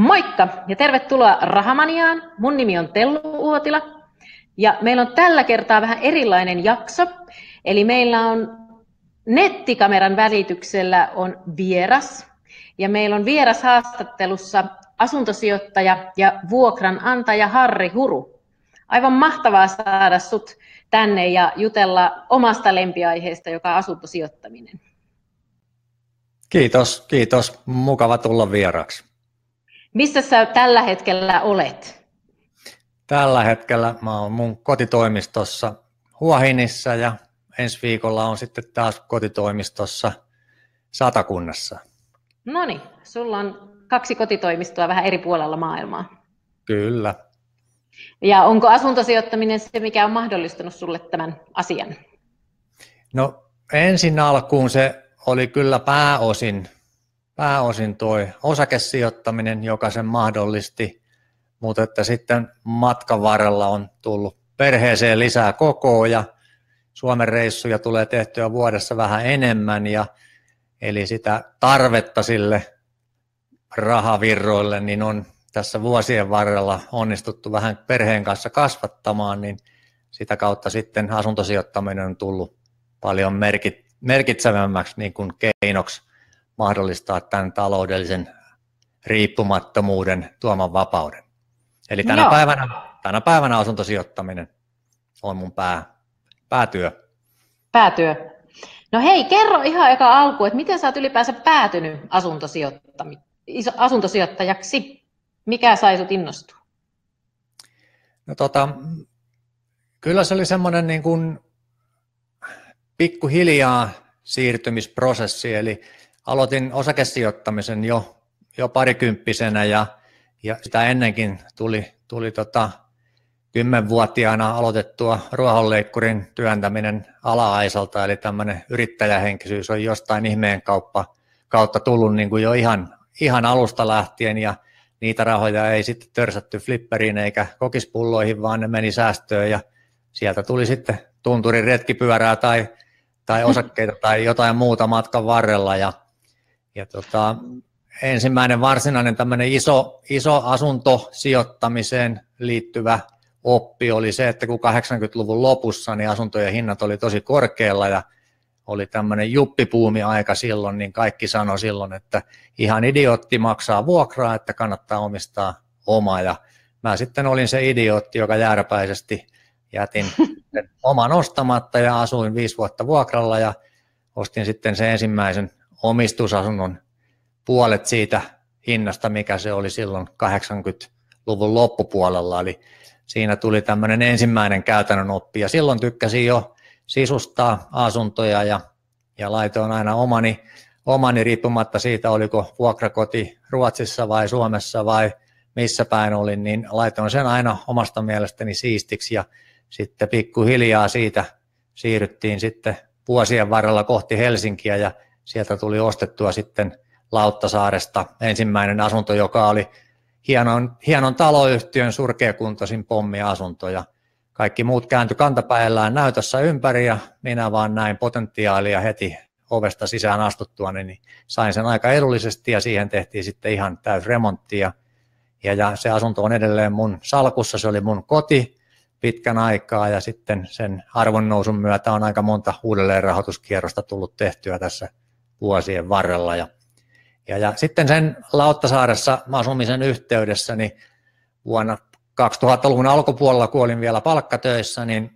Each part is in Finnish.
Moikka ja tervetuloa Rahamaniaan. Mun nimi on Tellu Uotila ja meillä on tällä kertaa vähän erilainen jakso. Eli meillä on nettikameran välityksellä on vieras ja meillä on vieras haastattelussa asuntosijoittaja ja vuokranantaja Harri Huru. Aivan mahtavaa saada sut tänne ja jutella omasta lempiaiheesta, joka on asuntosijoittaminen. Kiitos. Mukava tulla vieraaksi. Missä sä tällä hetkellä olet? Tällä hetkellä mä oon mun kotitoimistossa Huahinissa ja ensi viikolla on sitten taas kotitoimistossa Satakunnassa. Noniin, sulla on 2 kotitoimistoa vähän eri puolella maailmaa. Kyllä. Ja onko asuntosijoittaminen se, mikä on mahdollistanut sulle tämän asian? No ensin alkuun se oli kyllä pääosin toi osakesijoittaminen, joka sen mahdollisti, mutta että sitten matkan varrella on tullut perheeseen lisää kokoa ja Suomen reissuja tulee tehtyä vuodessa vähän enemmän eli sitä tarvetta sille rahavirroille niin on tässä vuosien varrella onnistuttu vähän perheen kanssa kasvattamaan, niin sitä kautta sitten asuntosijoittaminen on tullut paljon merkitsevämmäksi niin kuin keinoksi mahdollistaa tämän taloudellisen riippumattomuuden tuoman vapauden. Eli tänä päivänä asuntosijoittaminen on mun päätyö. Päätyö. No hei, kerro ihan eka alkuun, että miten sä oot ylipäänsä päätynyt asuntosijoittajaksi? Mikä sai sut innostua? No kyllä se oli semmoinen niin kuin pikkuhiljaa siirtymisprosessi, eli aloitin osakesijoittamisen jo parikymppisenä ja sitä ennenkin tuli 10-vuotiaana aloitettua ruohonleikkurin työntäminen ala-aisalta, eli tämmöinen yrittäjähenkisyys on jostain ihmeen kautta tullut niin kuin jo ihan alusta lähtien, ja niitä rahoja ei sitten törsätty flipperiin eikä kokispulloihin, vaan ne meni säästöön, ja sieltä tuli sitten tunturin retkipyörää tai osakkeita tai jotain muuta matkan varrella, ja ensimmäinen varsinainen tämmöinen iso asuntosijoittamiseen liittyvä oppi oli se, että kun 80-luvun lopussa niin asuntojen hinnat oli tosi korkealla ja oli tämmöinen juppipuumi-aika silloin, niin kaikki sanoi silloin, että ihan idiootti maksaa vuokraa, että kannattaa omistaa oma. Ja mä sitten olin se idiootti, joka jääräpäisesti jätin sen oman ostamatta ja asuin 5 vuotta vuokralla ja ostin sitten sen ensimmäisen omistusasunnon puolet siitä hinnasta, mikä se oli silloin 80-luvun loppupuolella. Eli siinä tuli tämmöinen ensimmäinen käytännön oppi ja silloin tykkäsin jo sisustaa asuntoja ja laitoin aina omani riippumatta siitä, oliko vuokrakoti Ruotsissa vai Suomessa vai missä päin olin, niin laitoin sen aina omasta mielestäni siistiksi ja sitten pikkuhiljaa siitä siirryttiin sitten vuosien varrella kohti Helsinkiä ja sieltä tuli ostettua sitten Lauttasaaresta ensimmäinen asunto, joka oli hienon taloyhtiön surkeakuntoisin pommiasunto ja kaikki muut kääntyi kantapäillään näytössä ympäri ja minä vaan näin potentiaalia heti ovesta sisään astuttua, niin sain sen aika edullisesti ja siihen tehtiin sitten ihan täysremontti ja se asunto on edelleen mun salkussa, se oli mun koti pitkän aikaa ja sitten sen arvonnousun myötä on aika monta uudelleenrahoituskierrosta tullut tehtyä tässä vuosien varrella ja sitten sen Lauttasaaressa asumisen yhteydessä niin vuonna 2000-luvun alkupuolella, kun olin vielä palkkatöissä, niin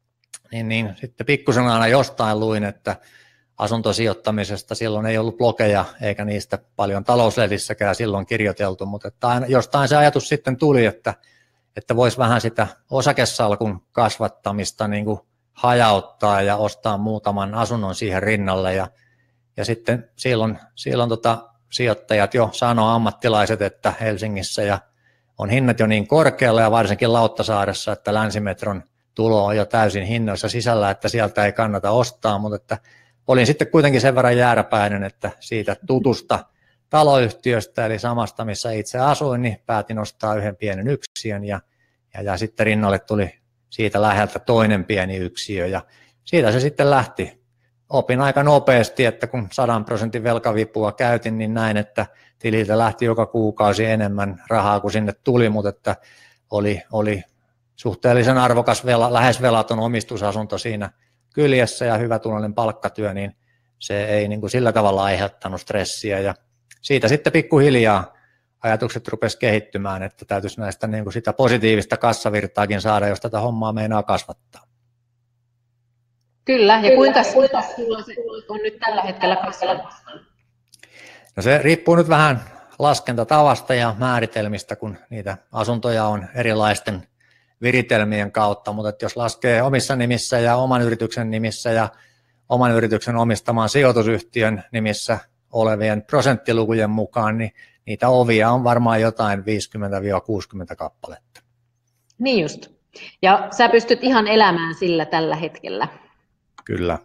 sitten pikkusen aina jostain luin, että asuntosijoittamisesta silloin ei ollut blogeja eikä niistä paljon talouslehtissäkään silloin kirjoiteltu, mutta että jostain se ajatus sitten tuli, että voisi vähän sitä osakesalkun kasvattamista niin kuin hajauttaa ja ostaa muutaman asunnon siihen rinnalle ja sitten silloin sijoittajat jo sanoo ammattilaiset, että Helsingissä ja on hinnat jo niin korkealla ja varsinkin Lauttasaaressa, että Länsimetron tulo on jo täysin hinnoissa sisällä, että sieltä ei kannata ostaa, mutta että olin sitten kuitenkin sen verran jääräpäinen, että siitä tutusta taloyhtiöstä eli samasta, missä itse asuin, niin päätin ostaa yhden pienen yksiön ja sitten rinnalle tuli siitä läheltä toinen pieni yksiö ja siitä se sitten lähti. opin aika nopeasti, että kun 100% velkavipua käytin, niin näin, että tililtä lähti joka kuukausi enemmän rahaa kuin sinne tuli, mutta että oli suhteellisen arvokas, lähes velaton omistusasunto siinä kyljessä ja hyvätuloinen palkkatyö, niin se ei niin kuin sillä tavalla aiheuttanut stressiä. Ja siitä sitten pikkuhiljaa ajatukset rupesivat kehittymään, että täytyisi näistä niin kuin sitä positiivista kassavirtaakin saada, jos tätä hommaa meinaa kasvattaa. Kyllä, ja kuinka sulla on nyt tällä hetkellä kassalla? No se riippuu nyt vähän laskentatavasta ja määritelmistä, kun niitä asuntoja on erilaisten viritelmien kautta, mutta että jos laskee omissa nimissä ja oman yrityksen nimissä ja oman yrityksen omistamaan sijoitusyhtiön nimissä olevien prosenttilukujen mukaan, niin niitä ovia on varmaan jotain 50-60 kappaletta. Niin just. Ja sä pystyt ihan elämään sillä tällä hetkellä. Kyllä.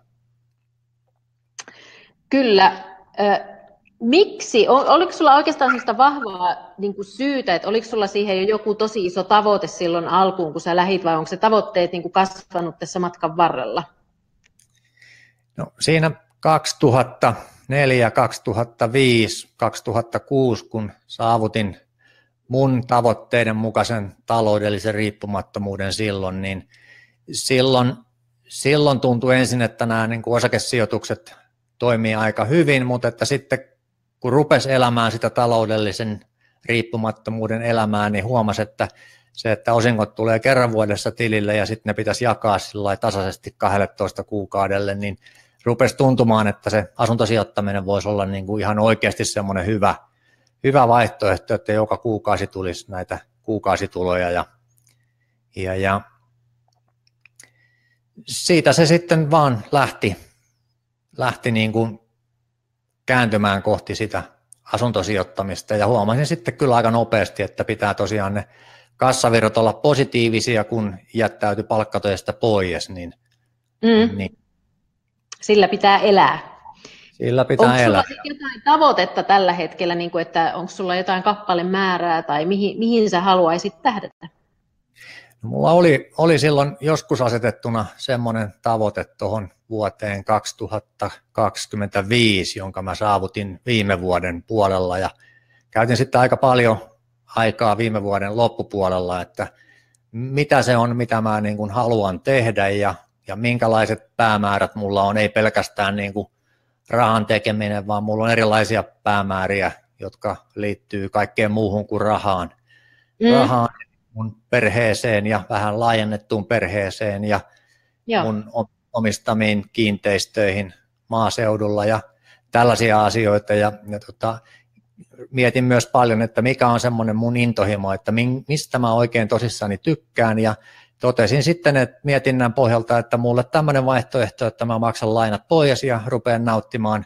Kyllä. Miksi? Oliko sulla oikeastaan sellaista vahvaa niin kuin syytä, että oliko sulla siihen jo joku tosi iso tavoite silloin alkuun, kun sä lähit, vai onko se tavoitteet niin kuin kasvanut tässä matkan varrella? No, siinä 2004, 2005, 2006, kun saavutin mun tavoitteiden mukaisen taloudellisen riippumattomuuden silloin, niin silloin tuntui ensin, että nämä niin kuin osakesijoitukset toimii aika hyvin, mutta että sitten kun rupesi elämään sitä taloudellisen riippumattomuuden elämää, niin huomasi, että se, että osingot tulee kerran vuodessa tilille ja sitten ne pitäisi jakaa sillä tasaisesti 12 kuukaudelle, niin rupesi tuntumaan, että se asuntosijoittaminen voisi olla niin kuin ihan oikeasti semmoinen hyvä vaihtoehto, että joka kuukausi tulisi näitä kuukausituloja ja siitä se sitten vaan lähti niin kuin kääntymään kohti sitä asuntosijoittamista ja huomasin sitten kyllä aika nopeasti, että pitää tosiaan ne kassavirrat olla positiivisia, kun jättäytyi palkkatöistä pois, niin sillä pitää elää. Sillä pitää onko elää. sulla jotain tavoitetta tällä hetkellä, niin kuin, että onko sulla jotain kappalemäärää tai mihin sä haluaisit tähdätä? No, mulla oli silloin joskus asetettuna semmoinen tavoite tuohon vuoteen 2025, jonka mä saavutin viime vuoden puolella ja käytin sitten aika paljon aikaa viime vuoden loppupuolella, että mitä se on, mitä mä niin kuin haluan tehdä ja minkälaiset päämäärät mulla on, ei pelkästään niin kuin rahan tekeminen, vaan mulla on erilaisia päämääriä, jotka liittyy kaikkeen muuhun kuin rahaan. Rahaan, mun perheeseen ja vähän laajennettuun perheeseen ja mun omistamiin kiinteistöihin maaseudulla ja tällaisia asioita. Ja mietin myös paljon, että mikä on semmoinen mun intohimo, että mistä mä oikein tosissani tykkään ja totesin sitten, että mietinnän pohjalta, että mulle tämmöinen vaihtoehto, että mä maksan lainat pois ja rupean nauttimaan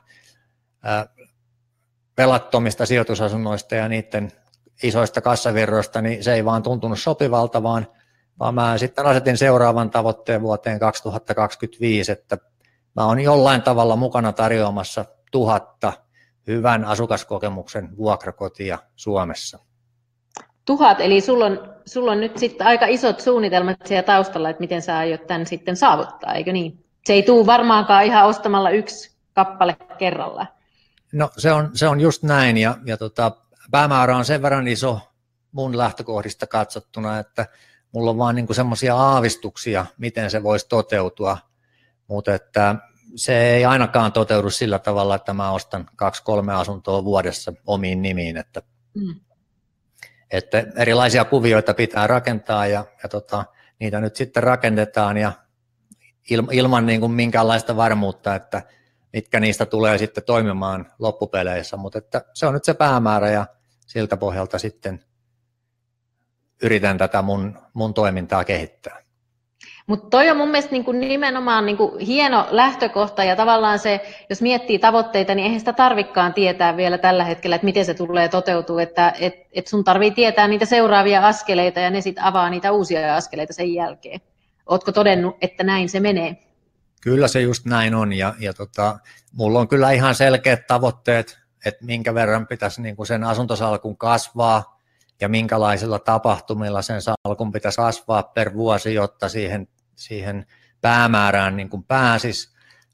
velattomista sijoitusasunnoista ja niiden isoista kassavirroista, niin se ei vaan tuntunut sopivalta, vaan mä sitten asetin seuraavan tavoitteen vuoteen 2025, että mä oon jollain tavalla mukana tarjoamassa 1000 hyvän asukaskokemuksen vuokrakotia Suomessa. 1000, eli sulla on nyt sitten aika isot suunnitelmat siellä taustalla, että miten sä aiot tämän sitten saavuttaa, eikö niin? Se ei tule varmaankaan ihan ostamalla yksi kappale kerrallaan. No se on just näin ja päämäärä on sen verran iso mun lähtökohdista katsottuna, että mulla on vaan niinku semmoisia aavistuksia, miten se voisi toteutua, mutta että se ei ainakaan toteudu sillä tavalla, että mä ostan 2-3 asuntoa vuodessa omiin nimiin, että erilaisia kuvioita pitää rakentaa ja niitä nyt sitten rakennetaan ja ilman niin kuin minkäänlaista varmuutta, että mitkä niistä tulee sitten toimimaan loppupeleissä, mutta että se on nyt se päämäärä ja siltä pohjalta sitten yritän tätä mun toimintaa kehittää. Mutta toi on mun mielestä niinku nimenomaan niinku hieno lähtökohta ja tavallaan se, jos miettii tavoitteita, niin eihän sitä tarvikaan tietää vielä tällä hetkellä, että miten se tulee toteutua, että sun tarvii tietää niitä seuraavia askeleita ja ne sitten avaa niitä uusia askeleita sen jälkeen. Ootko todennut, että näin se menee? Kyllä se just näin on ja mulla on kyllä ihan selkeät tavoitteet, että minkä verran pitäisi niinku sen asuntosalkun kasvaa ja minkälaisilla tapahtumilla sen salkun pitäisi kasvaa per vuosi, jotta siihen päämäärään niin kuin pääsisi.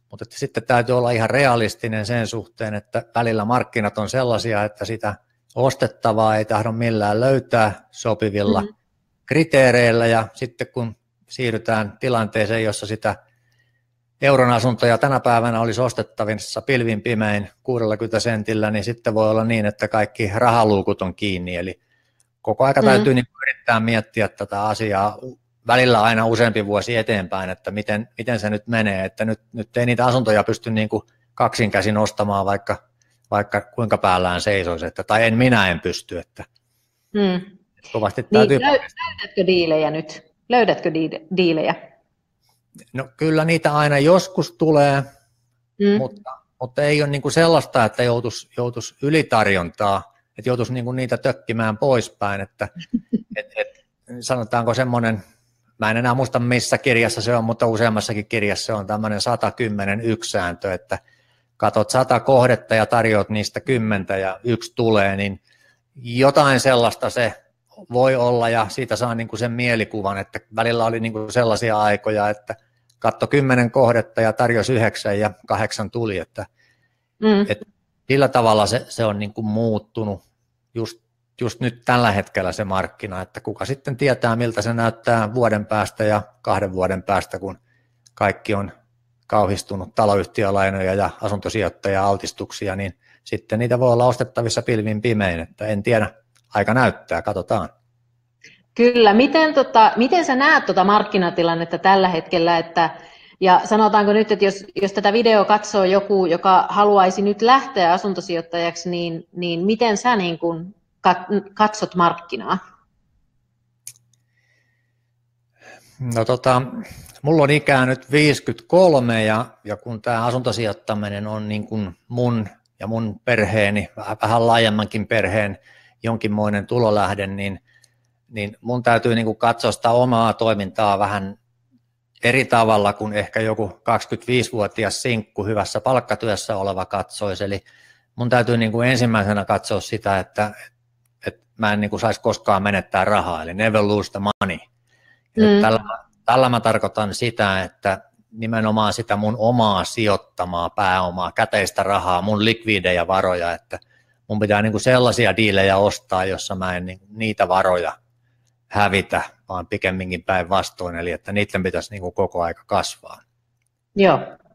Mutta sitten täytyy olla ihan realistinen sen suhteen, että välillä markkinat on sellaisia, että sitä ostettavaa ei tahdo millään löytää sopivilla kriteereillä, ja sitten kun siirrytään tilanteeseen, jossa sitä euron asuntoja tänä päivänä olisi ostettavissa pilvin pimein 60 sentillä, niin sitten voi olla niin, että kaikki rahaluukut on kiinni, eli koko aika täytyy niin yrittää miettiä tätä asiaa välillä aina useampi vuosi eteenpäin, että miten se nyt menee, että nyt ei niitä asuntoja pysty niin kuin kaksin käsin ostamaan, vaikka kuinka päällään seisoisi, tai minä en pysty, että kovasti täytyy... Niin, löydätkö diilejä nyt? Löydätkö diilejä? No kyllä niitä aina joskus tulee, mutta ei ole niin kuin sellaista, että joutuisi ylitarjontaa, että joutuisi niin kuin niitä tökkimään poispäin, että sanotaanko semmoinen, mä en enää muista missä kirjassa se on, mutta useammassakin kirjassa se on tämmöinen 110 sääntö, että katot 100 kohdetta ja tarjoat niistä 10 ja 1 tulee, niin jotain sellaista se voi olla, ja siitä saa niin kuin sen mielikuvan, että välillä oli niin kuin sellaisia aikoja, että katso 10 kohdetta ja tarjosi 9 ja 8 tuli, että sillä tavalla se on niin kuin muuttunut just nyt tällä hetkellä se markkina, että kuka sitten tietää, miltä se näyttää vuoden päästä ja 2 vuoden päästä, kun kaikki on kauhistunut taloyhtiölainoja ja asuntosijoittaja-altistuksia, niin sitten niitä voi olla ostettavissa pilvin pimein, että en tiedä, aika näyttää, katsotaan. Kyllä, miten sä näet markkinatilannetta tällä hetkellä, ja sanotaanko nyt, että jos tätä videoa katsoo joku, joka haluaisi nyt lähteä asuntosijoittajaksi, niin miten sä niin kun katsot markkinaa? No mulla on ikää nyt 53, ja kun tämä asuntosijoittaminen on niin kuin mun perheeni, vähän laajemmankin perheen jonkinmoinen tulolähde, niin mun täytyy niin kuin katsoa sitä omaa toimintaa vähän eri tavalla kuin ehkä joku 25-vuotias sinkku hyvässä palkkatyössä oleva katsoisi. Eli mun täytyy niin kuin ensimmäisenä katsoa sitä, että mä en niin kuin saisi koskaan menettää rahaa, eli never lose the money. Tällä mä tarkoitan sitä, että nimenomaan sitä mun omaa sijoittamaa pääomaa, käteistä rahaa, mun likviidejä varoja, että mun pitää niin kuin sellaisia diilejä ostaa, jossa mä en niin niitä varoja hävitä, vaan pikemminkin päinvastoin, eli että niiden pitäisi niin kuin koko aika kasvaa. Joo.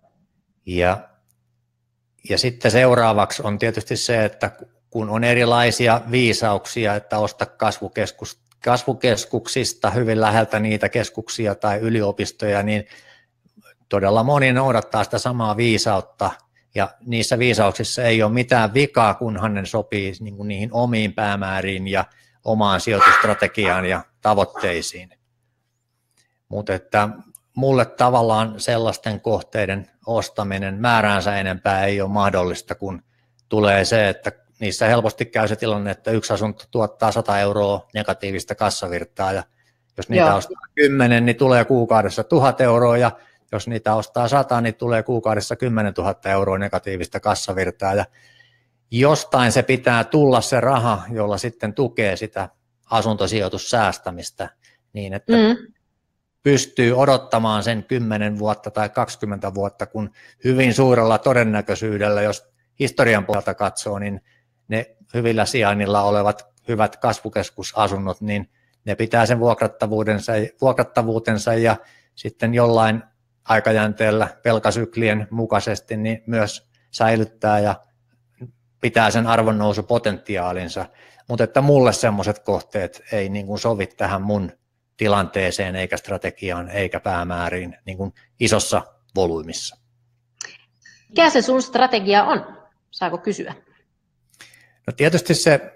Ja sitten seuraavaksi on tietysti se, että kun on erilaisia viisauksia, että osta kasvukeskuksista hyvin läheltä niitä keskuksia tai yliopistoja, niin todella moni noudattaa sitä samaa viisautta, ja niissä viisauksissa ei ole mitään vikaa, kunhan ne sopii niin kuin niihin omiin päämääriin ja omaan sijoitustrategiaan ja tavoitteisiin. Mutta että mulle tavallaan sellaisten kohteiden ostaminen määräänsä enempää ei ole mahdollista, kun tulee se, että niissä helposti käy se tilanne, että yksi asunto tuottaa 100 euroa negatiivista kassavirtaa, ja jos niitä ostaa 10, niin tulee kuukaudessa 1000 euroa, ja jos niitä ostaa 100, niin tulee kuukaudessa 10 000 euroa negatiivista kassavirtaa, ja jostain se pitää tulla se raha, jolla sitten tukee sitä asuntosijoitussäästämistä niin, että pystyy odottamaan sen 10 vuotta tai 20 vuotta, kun hyvin suurella todennäköisyydellä, jos historian pohjalta katsoo, niin ne hyvillä sijainnilla olevat hyvät kasvukeskusasunnot, niin ne pitää sen vuokrattavuutensa ja sitten jollain aikajänteellä velkasyklien mukaisesti niin myös säilyttää ja pitää sen arvonnousupotentiaalinsa, mutta että mulle semmoiset kohteet ei niin kuin sovi tähän mun tilanteeseen eikä strategiaan eikä päämääriin niin kuin isossa volyymissa. Mikä se sun strategia on? Saako kysyä? No tietysti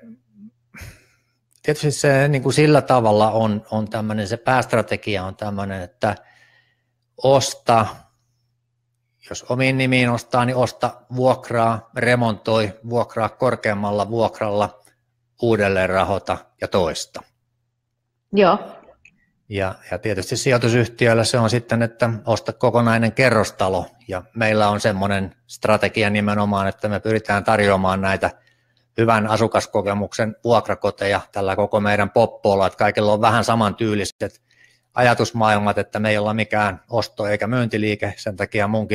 se niin kuin sillä tavalla on tämmöinen, se päästrategia on tämmöinen, että osta, jos omiin nimiin ostaa, niin osta, vuokraa, remontoi, vuokraa korkeammalla vuokralla, uudelleen rahoita ja toista. Joo. Ja tietysti sijoitusyhtiöillä se on sitten, että osta kokonainen kerrostalo, ja meillä on semmoinen strategia nimenomaan, että me pyritään tarjoamaan näitä hyvän asukaskokemuksen vuokrakoteja tällä koko meidän poppoolla, että kaikilla on vähän samantyyliset ajatusmaailmat, että me ei olla mikään osto- eikä myyntiliike, sen takia munkin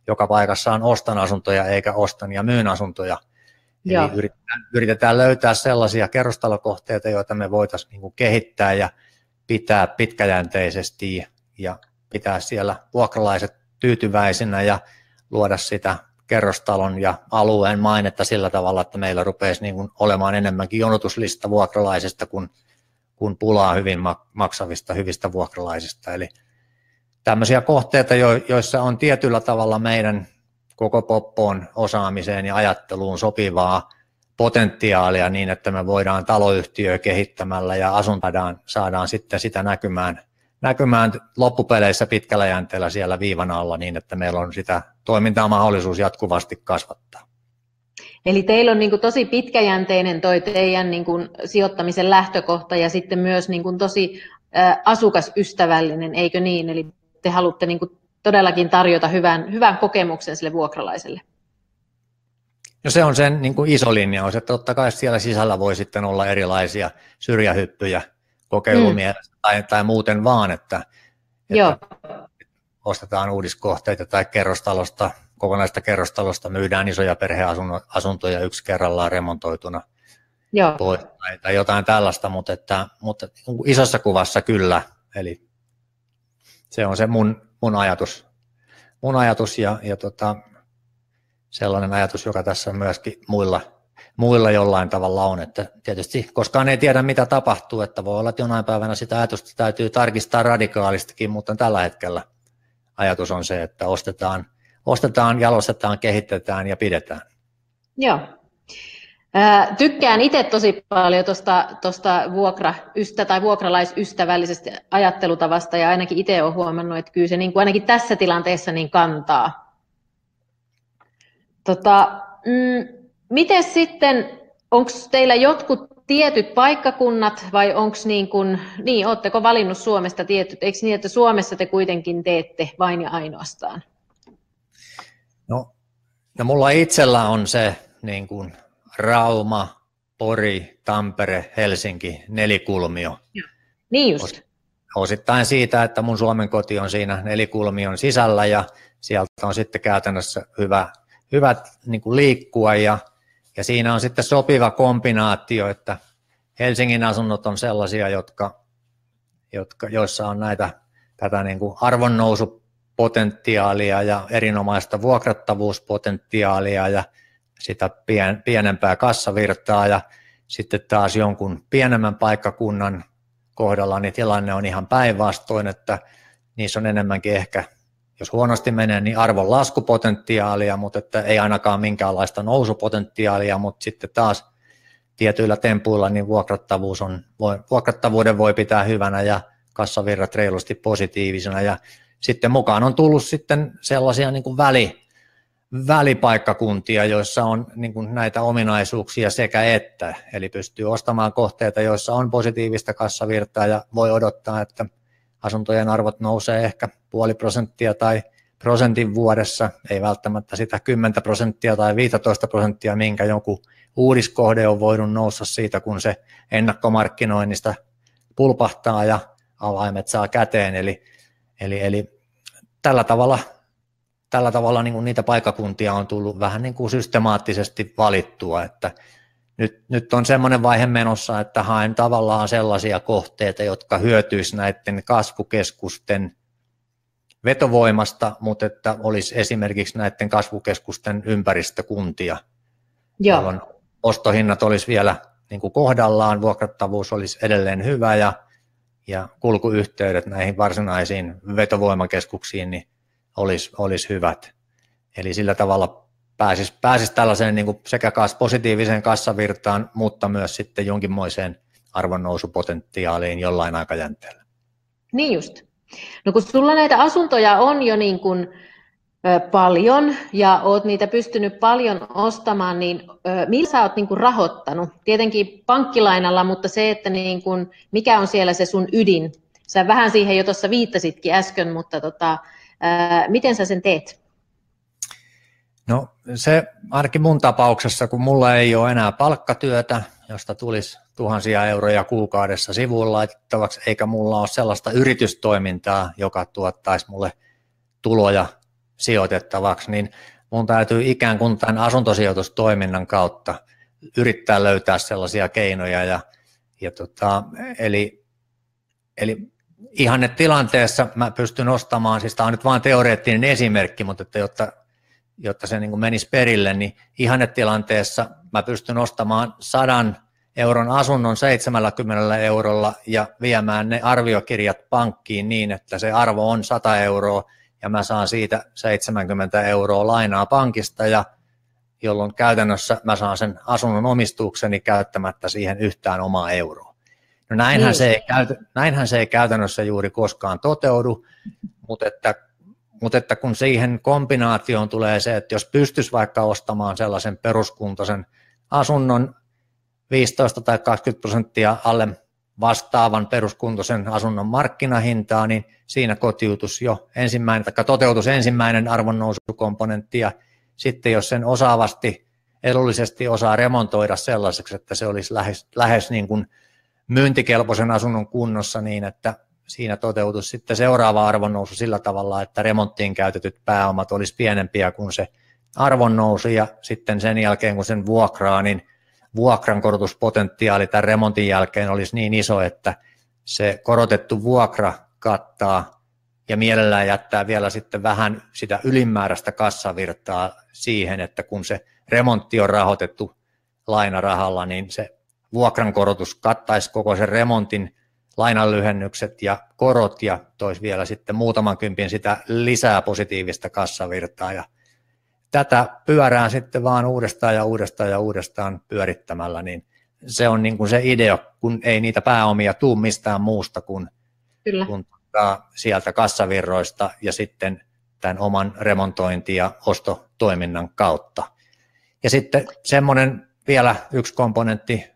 joka paikassa on ostan asuntoja eikä ostan ja myyn asuntoja. Joo. Eli yritetään löytää sellaisia kerrostalokohteita, joita me voitaisiin niin kuin kehittää ja pitää pitkäjänteisesti ja pitää siellä vuokralaiset tyytyväisinä ja luoda sitä kerrostalon ja alueen mainetta sillä tavalla, että meillä rupeaisi niin kuin olemaan enemmänkin jonotuslista vuokralaisista kuin pulaa hyvin maksavista hyvistä vuokralaisista. Eli tämmöisiä kohteita, joissa on tietyllä tavalla meidän koko poppoon osaamiseen ja ajatteluun sopivaa potentiaalia niin, että me voidaan taloyhtiöä kehittämällä ja saadaan sitten sitä näkymään loppupeleissä pitkällä jänteellä siellä viivan alla niin, että meillä on sitä toimintaa mahdollisuus jatkuvasti kasvattaa. Eli teillä on niin kuin tosi pitkäjänteinen toi teidän niin kuin sijoittamisen lähtökohta ja sitten myös niin kuin tosi asukasystävällinen, eikö niin? Eli te haluatte niin kuin todellakin tarjota hyvän kokemuksen sille vuokralaiselle. No se on sen niin kuin iso linjaus, että totta kai siellä sisällä voi sitten olla erilaisia syrjähyppyjä kokeilumielessä tai muuten vaan, että ostetaan uudiskohteita tai kokonaista kerrostalosta myydään isoja perheasuntoja yksi kerrallaan remontoituna pois tai jotain tällaista, mutta isossa kuvassa kyllä, eli se on se mun ajatus ja sellainen ajatus, joka tässä myöskin muilla jollain tavalla on, että tietysti koskaan ei tiedä mitä tapahtuu, että voi olla, että jonain päivänä sitä ajatusta täytyy tarkistaa radikaalistikin, mutta tällä hetkellä ajatus on se, että ostetaan, jalostetaan, kehitetään ja pidetään. Joo. Tykkään itse tosi paljon tuosta vuokralaisystävällisestä ajattelutavasta ja ainakin itse olen huomannut, että kyllä se niin kuin ainakin tässä tilanteessa niin kantaa. Miten sitten, onko teillä jotkut tietyt paikkakunnat vai onko ootteko valinnut Suomesta tietyt, eikö niin, että Suomessa te kuitenkin teette vain ja ainoastaan? No mulla itsellä on se niin kuin Rauma, Pori, Tampere, Helsinki, nelikulmio. Niin just. Osittain siitä, että mun Suomen koti on siinä nelikulmion sisällä ja sieltä on sitten käytännössä hyvä niin kuin liikkua ja siinä on sitten sopiva kombinaatio, että Helsingin asunnot on sellaisia, joissa on tätä niin kuin arvonnousupotentiaalia ja erinomaista vuokrattavuuspotentiaalia ja sitä pienempää kassavirtaa ja sitten taas jonkun pienemmän paikkakunnan kohdalla niin tilanne on ihan päinvastoin, että niissä on enemmänkin ehkä, jos huonosti menee, niin arvon laskupotentiaalia, mutta että ei ainakaan minkäänlaista nousupotentiaalia, mutta sitten taas tietyillä tempuilla niin vuokrattavuuden voi pitää hyvänä ja kassavirrat reilusti positiivisena ja sitten mukaan on tullut sitten sellaisia niin kuin välipaikkakuntia, joissa on niin kuin näitä ominaisuuksia sekä että, eli pystyy ostamaan kohteita, joissa on positiivista kassavirtaa ja voi odottaa, että asuntojen arvot nousee ehkä 0,5% tai prosentin vuodessa, ei välttämättä sitä 10% tai 15%, minkä joku uudiskohde on voinut nousta siitä, kun se ennakkomarkkinoinnista pulpahtaa ja avaimet saa käteen, eli tällä tavalla niin kuin niitä paikkakuntia on tullut vähän niin kuin systemaattisesti valittua, että nyt on semmoinen vaihe menossa, että haen tavallaan sellaisia kohteita, jotka hyötyisivät näiden kasvukeskusten vetovoimasta, mutta että olisi esimerkiksi näiden kasvukeskusten ympäristökuntia, jolloin ostohinnat olisi vielä niin kuin kohdallaan, vuokrattavuus olisi edelleen hyvä ja kulkuyhteydet näihin varsinaisiin vetovoimakeskuksiin niin olisi hyvät. Eli sillä tavalla pääsisi tällaiseen niin kuin sekä positiiviseen kassavirtaan, mutta myös sitten jonkinmoiseen arvonnousupotentiaaliin jollain aikajänteellä. Niin just. No kun sulla näitä asuntoja on jo niin kuin paljon ja olet niitä pystynyt paljon ostamaan, niin millä sä oot niin kuin rahoittanut? Tietenkin pankkilainalla, mutta se, että niin kuin, mikä on siellä se sun ydin? Sä vähän siihen jo tuossa viittasitkin äsken, mutta miten sä sen teet? No se ainakin mun tapauksessa, kun mulla ei ole enää palkkatyötä, josta tulisi tuhansia euroja kuukaudessa sivuun laitettavaksi, eikä mulla ole sellaista yritystoimintaa, joka tuottaisi mulle tuloja sijoitettavaksi, niin mun täytyy ikään kuin tämän asuntosijoitustoiminnan kautta yrittää löytää sellaisia keinoja, eli ihannetilanteessa mä pystyn ostamaan, siis tämä on nyt vain teoreettinen esimerkki, mutta että jotta se niin kuin menisi perille, niin ihannetilanteessa mä pystyn ostamaan 100 euron asunnon 70 eurolla ja viemään ne arviokirjat pankkiin niin, että se arvo on 100 euroa ja mä saan siitä 70 euroa lainaa pankista, ja jolloin käytännössä mä saan sen asunnon omistukseni käyttämättä siihen yhtään omaa euroa. No näinhän se ei käytännössä juuri koskaan toteudu, mutta että kun siihen kombinaatioon tulee se, että jos pystyisi vaikka ostamaan sellaisen peruskuntoisen asunnon 15 tai 20% alle vastaavan peruskuntoisen asunnon markkinahintaa, niin siinä toteutus ensimmäinen arvonnousukomponentti, ja sitten jos sen osaavasti, edullisesti osaa remontoida sellaiseksi, että se olisi lähes niin kuin myyntikelpoisen asunnon kunnossa, niin että siinä toteutus sitten seuraava arvonnousu sillä tavalla, että remonttiin käytetyt pääomat olisi pienempiä kuin se arvonnousu, ja sitten sen jälkeen kun sen vuokraa, niin vuokrankorotuspotentiaali tämän remontin jälkeen olisi niin iso, että se korotettu vuokra kattaa ja mielellään jättää vielä sitten vähän sitä ylimääräistä kassavirtaa siihen, että kun se remontti on rahoitettu lainarahalla, niin se vuokrankorotus kattaisi koko sen remontin lainanlyhennykset ja korot ja toisi vielä sitten muutaman kympin sitä lisää positiivista kassavirtaa, ja tätä pyörää sitten vaan uudestaan pyörittämällä, niin se on niin kuin se idea, kun ei niitä pääomia tule mistään muusta kuin sieltä kassavirroista ja sitten tämän oman remontointi- ja ostotoiminnan kautta. Ja sitten semmoinen vielä yksi komponentti,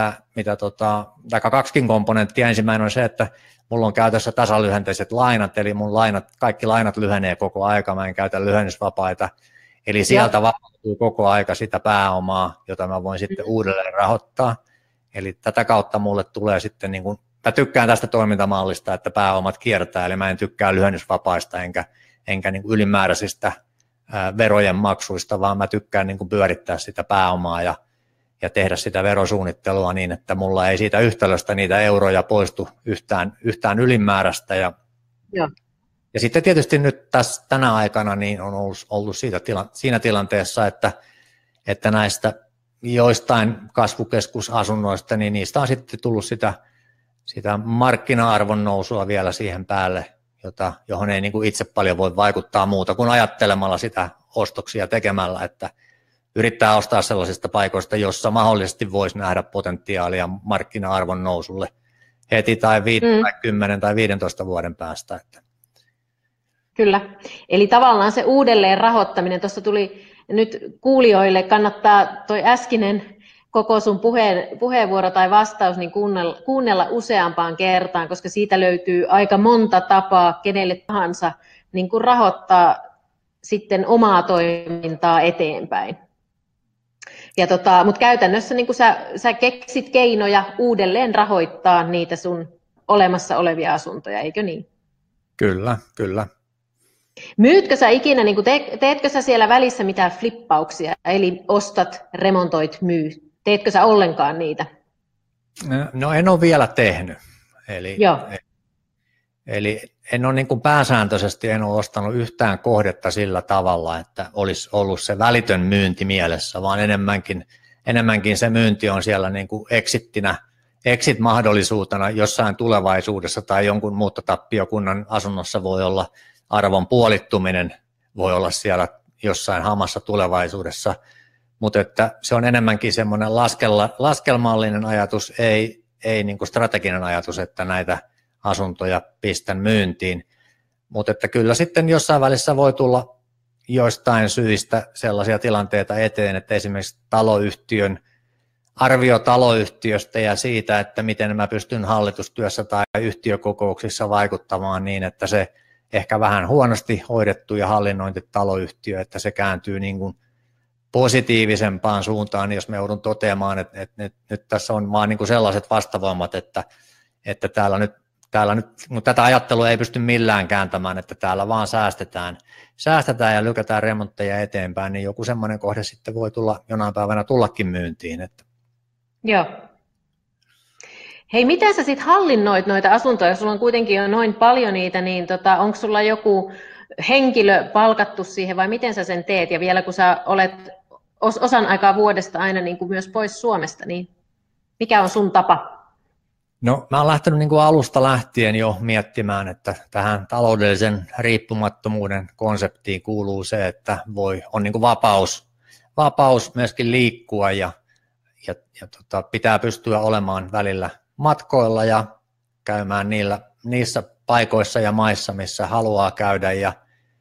tai kaksikin komponenttia. Ensimmäinen on se, että mulla on käytössä tasalyhenteiset lainat, eli mun kaikki lainat lyhenee koko aika, mä en käytä lyhennysvapaita, eli sieltä vapautuu koko aika sitä pääomaa, jota mä voin sitten uudelleen rahoittaa. Eli tätä kautta mulle tulee sitten, niin kuin, mä tykkään tästä toimintamallista, että pääomat kiertää, eli mä en tykkää lyhennysvapaista enkä niin kuin ylimääräisistä verojen maksuista, vaan mä tykkään niin kuin pyörittää sitä pääomaa ja tehdä sitä verosuunnittelua niin, että mulla ei siitä yhtälöstä niitä euroja poistu yhtään ylimääräistä. Ja sitten tietysti nyt tänä aikana niin on ollut siinä tilanteessa, että näistä joistain kasvukeskusasunnoista, niin niistä on sitten tullut sitä markkina-arvon nousua vielä siihen päälle, johon ei niin kuin itse paljon voi vaikuttaa muuta kuin ajattelemalla sitä ostoksia tekemällä, että yrittää ostaa sellaisista paikoista, jossa mahdollisesti voisi nähdä potentiaalia markkina-arvon nousulle heti tai 5 tai 10 tai 15 vuoden päästä. Että. Kyllä, eli tavallaan se uudelleen rahoittaminen, tuossa tuli nyt kuulijoille, kannattaa toi äskinen koko sun puheenvuoro tai vastaus niin kuunnella useampaan kertaan, koska siitä löytyy aika monta tapaa kenelle tahansa niin kuin rahoittaa sitten omaa toimintaa eteenpäin. Mutta käytännössä niin sä keksit keinoja uudelleen rahoittaa niitä sun olemassa olevia asuntoja, eikö niin? Kyllä. Myytkö sä ikinä, niin teetkö sä siellä välissä mitään flippauksia, eli ostat, remontoit, myy? Teetkö sä ollenkaan niitä? No en ole vielä tehnyt. Eli en ole niin kuin pääsääntöisesti en ole ostanut yhtään kohdetta sillä tavalla, että olisi ollut se välitön myynti mielessä, vaan enemmänkin se myynti on siellä niin kuin exit-mahdollisuutena jossain tulevaisuudessa tai jonkun muuttotappiokunnan asunnossa voi olla arvon puolittuminen, voi olla siellä jossain hamassa tulevaisuudessa, mutta että se on enemmänkin semmoinen laskelmallinen ajatus, ei niin kuin strateginen ajatus, että näitä asuntoja pistän myyntiin, mutta että kyllä sitten jossain välissä voi tulla joistain syistä sellaisia tilanteita eteen, että esimerkiksi arvio taloyhtiöstä ja siitä, että miten mä pystyn hallitustyössä tai yhtiökokouksissa vaikuttamaan niin, että se ehkä vähän huonosti hoidettu ja hallinnointi taloyhtiö, että se kääntyy niin kuin positiivisempaan suuntaan, jos me joudun toteamaan, että nyt tässä on vaan niin kuin sellaiset vastavoimat, että täällä nyt täällä nyt, mutta tätä ajattelua ei pysty millään kääntämään, että täällä vaan säästetään ja lykätään remontteja eteenpäin, niin joku semmoinen kohde sitten voi tulla jonain päivänä tullakin myyntiin. Että. Joo. Hei, miten sä sitten hallinnoit noita asuntoja? Sulla on kuitenkin jo noin paljon niitä, niin onko sulla joku henkilö palkattu siihen vai miten sä sen teet? Ja vielä kun sä olet osan aikaa vuodesta aina niin kuin myös pois Suomesta, niin mikä on sun tapa? No mä oon lähtenyt niin kuin alusta lähtien jo miettimään, että tähän taloudellisen riippumattomuuden konseptiin kuuluu se, että on niin kuin vapaus myöskin liikkua ja pitää pystyä olemaan välillä matkoilla ja käymään niissä paikoissa ja maissa, missä haluaa käydä ja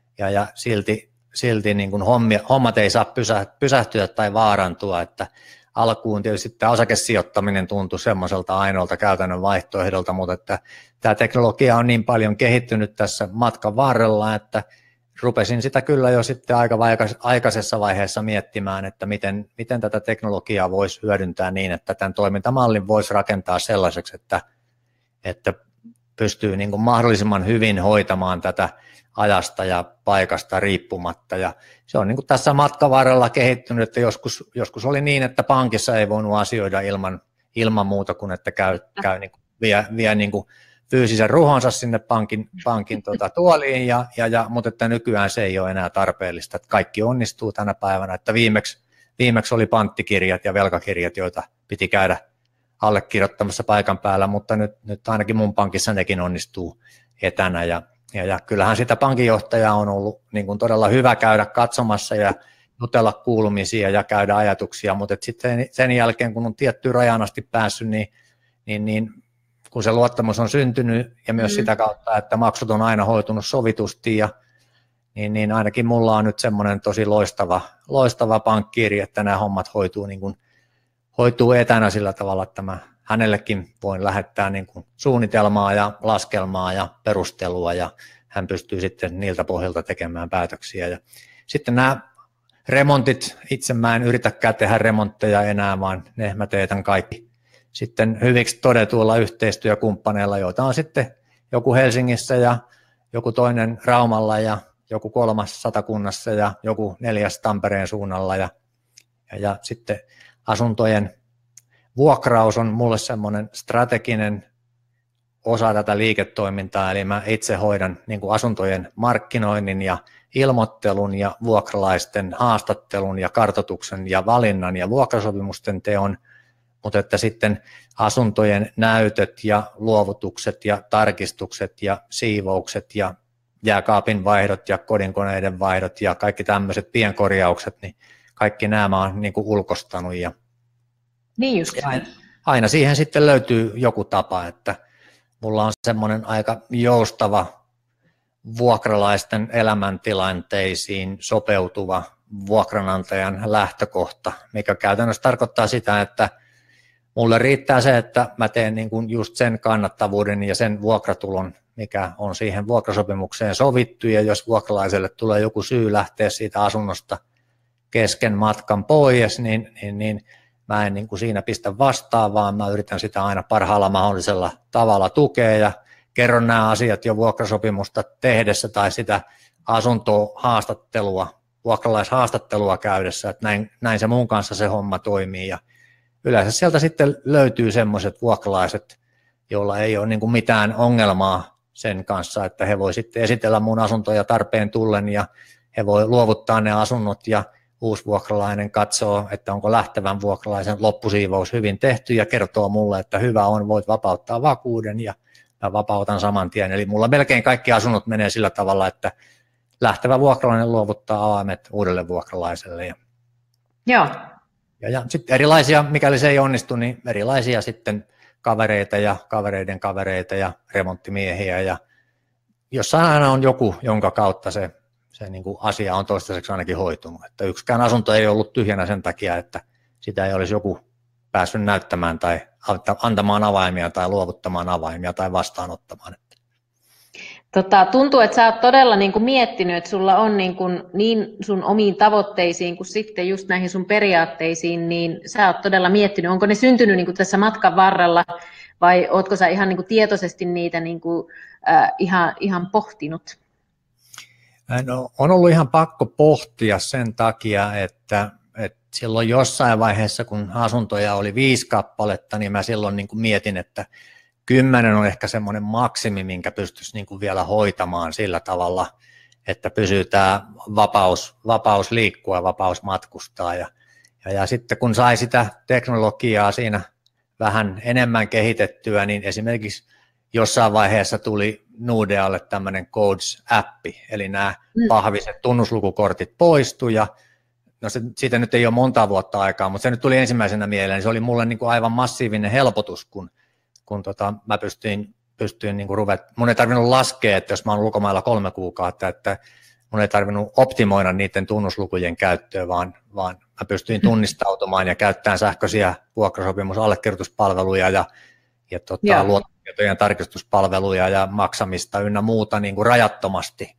silti niin kuin hommat ei saa pysähtyä tai vaarantua, että alkuun tietysti tämä osakesijoittaminen tuntui semmoiselta ainoalta käytännön vaihtoehdolta, mutta että tämä teknologia on niin paljon kehittynyt tässä matkan varrella, että rupesin sitä kyllä jo sitten aika aikaisessa vaiheessa miettimään, että miten tätä teknologiaa voisi hyödyntää niin, että tämän toimintamallin voisi rakentaa sellaiseksi, että pystyy niin kuin mahdollisimman hyvin hoitamaan tätä ajasta ja paikasta riippumatta. Ja se on niin kuin tässä matkan varrella kehittynyt, että joskus oli niin, että pankissa ei voinut asioida ilman muuta kuin, että käy niin kuin vie niin kuin fyysisen ruhonsa sinne pankin tuoliin, mutta että nykyään se ei ole enää tarpeellista, että kaikki onnistuu tänä päivänä, että viimeksi oli panttikirjat ja velkakirjat, joita piti käydä allekirjoittamassa paikan päällä, mutta nyt ainakin mun pankissa nekin onnistuu etänä, ja kyllähän sitä pankinjohtajaa on ollut niin kuin todella hyvä käydä katsomassa ja jutella kuulumisia ja käydä ajatuksia, mutta sitten sen jälkeen, kun on tiettyyn rajaan asti päässyt, niin kun se luottamus on syntynyt ja myös sitä kautta, että maksut on aina hoitunut sovitusti, niin ainakin mulla on nyt semmoinen tosi loistava pankkiiri, että nämä hommat hoituu etänä sillä tavalla, että mä hänellekin voin lähettää niin kuin suunnitelmaa ja laskelmaa ja perustelua, ja hän pystyy sitten niiltä pohjalta tekemään päätöksiä. Ja sitten nämä remontit, itse mä en yritäkään tehdä remontteja enää, vaan ne mä teetän kaikki sitten hyviksi todetuilla yhteistyökumppaneilla, joita on sitten joku Helsingissä ja joku toinen Raumalla ja joku kolmas Satakunnassa ja joku neljäs Tampereen suunnalla, ja sitten asuntojen vuokraus on mulle semmoinen strateginen osa tätä liiketoimintaa, eli mä itse hoidan niin kuin asuntojen markkinoinnin ja ilmoittelun ja vuokralaisten haastattelun ja kartoituksen ja valinnan ja vuokrasopimusten teon, mutta että sitten asuntojen näytöt ja luovutukset ja tarkistukset ja siivoukset ja jääkaapin vaihdot ja kodinkoneiden vaihdot ja kaikki tämmöiset pienkorjaukset, niin kaikki nämä mä oon niin kuin ulkostanut. Ja niin just. Aina siihen sitten löytyy joku tapa, että mulla on semmoinen aika joustava vuokralaisten elämäntilanteisiin sopeutuva vuokranantajan lähtökohta, mikä käytännössä tarkoittaa sitä, että mulle riittää se, että mä teen niin kuin just sen kannattavuuden ja sen vuokratulon, mikä on siihen vuokrasopimukseen sovittu, ja jos vuokralaiselle tulee joku syy lähteä siitä asunnosta kesken matkan pois, niin mä en niin kuin siinä pistä vastaan, vaan mä yritän sitä aina parhaalla mahdollisella tavalla tukea ja kerron nämä asiat jo vuokrasopimusta tehdessä tai sitä asuntohaastattelua, vuokralaishaastattelua käydessä, että näin se mun kanssa se homma toimii, ja yleensä sieltä sitten löytyy semmoiset vuokralaiset, joilla ei ole niin kuin mitään ongelmaa sen kanssa, että he voi sitten esitellä mun asuntoja tarpeen tullen ja he voi luovuttaa ne asunnot ja uusi vuokralainen katsoo, että onko lähtevän vuokralaisen loppusiivous hyvin tehty ja kertoo mulle, että hyvä on, voit vapauttaa vakuuden ja mä vapautan saman tien. Eli mulla melkein kaikki asunnot menee sillä tavalla, että lähtevä vuokralainen luovuttaa avaimet uudelle vuokralaiselle. Joo. Ja sitten erilaisia, mikäli se ei onnistu, niin erilaisia sitten kavereita ja kavereiden kavereita ja remonttimiehiä. Ja jossain aina on joku, jonka kautta se niin kuin asia on toistaiseksi ainakin hoitunut. Että yksikään asunto ei ollut tyhjänä sen takia, että sitä ei olisi joku päässyt näyttämään tai antamaan avaimia tai luovuttamaan avaimia tai vastaanottamaan. Tuntuu, että sä oot todella niin kuin miettinyt, että sulla on niin sun omiin tavoitteisiin kuin sitten just näihin sun periaatteisiin, niin sä oot todella miettinyt, onko ne syntynyt niin kuin tässä matkan varrella vai ootko sä ihan niin kuin tietoisesti niitä niin kuin, ihan pohtinut? No, on ollut ihan pakko pohtia sen takia, että silloin jossain vaiheessa, kun asuntoja oli 5 kappaletta, niin mä silloin niin kuin mietin, että 10 on ehkä semmoinen maksimi, minkä pystyisi niin kuin vielä hoitamaan sillä tavalla, että pysyy tämä vapaus liikkua, vapaus matkustaa. Ja sitten kun sai sitä teknologiaa siinä vähän enemmän kehitettyä, niin esimerkiksi jossain vaiheessa tuli Nordealle tämmöinen Codes-appi, eli nämä vahviset tunnuslukukortit poistui, ja no siitä nyt ei ole monta vuotta aikaa, mutta se nyt tuli ensimmäisenä mieleen, niin se oli mulle niin kuin aivan massiivinen helpotus, kun mä pystyin niin kuin mun ei tarvinnut laskea, että jos mä oon ulkomailla 3 kuukautta, että mun ei tarvinnut optimoida niiden tunnuslukujen käyttöä, vaan mä pystyin tunnistautumaan ja käyttämään sähköisiä vuokrasopimusallekirjoituspalveluja ja luottotietojen tarkistuspalveluja ja maksamista ynnä muuta niin kuin rajattomasti,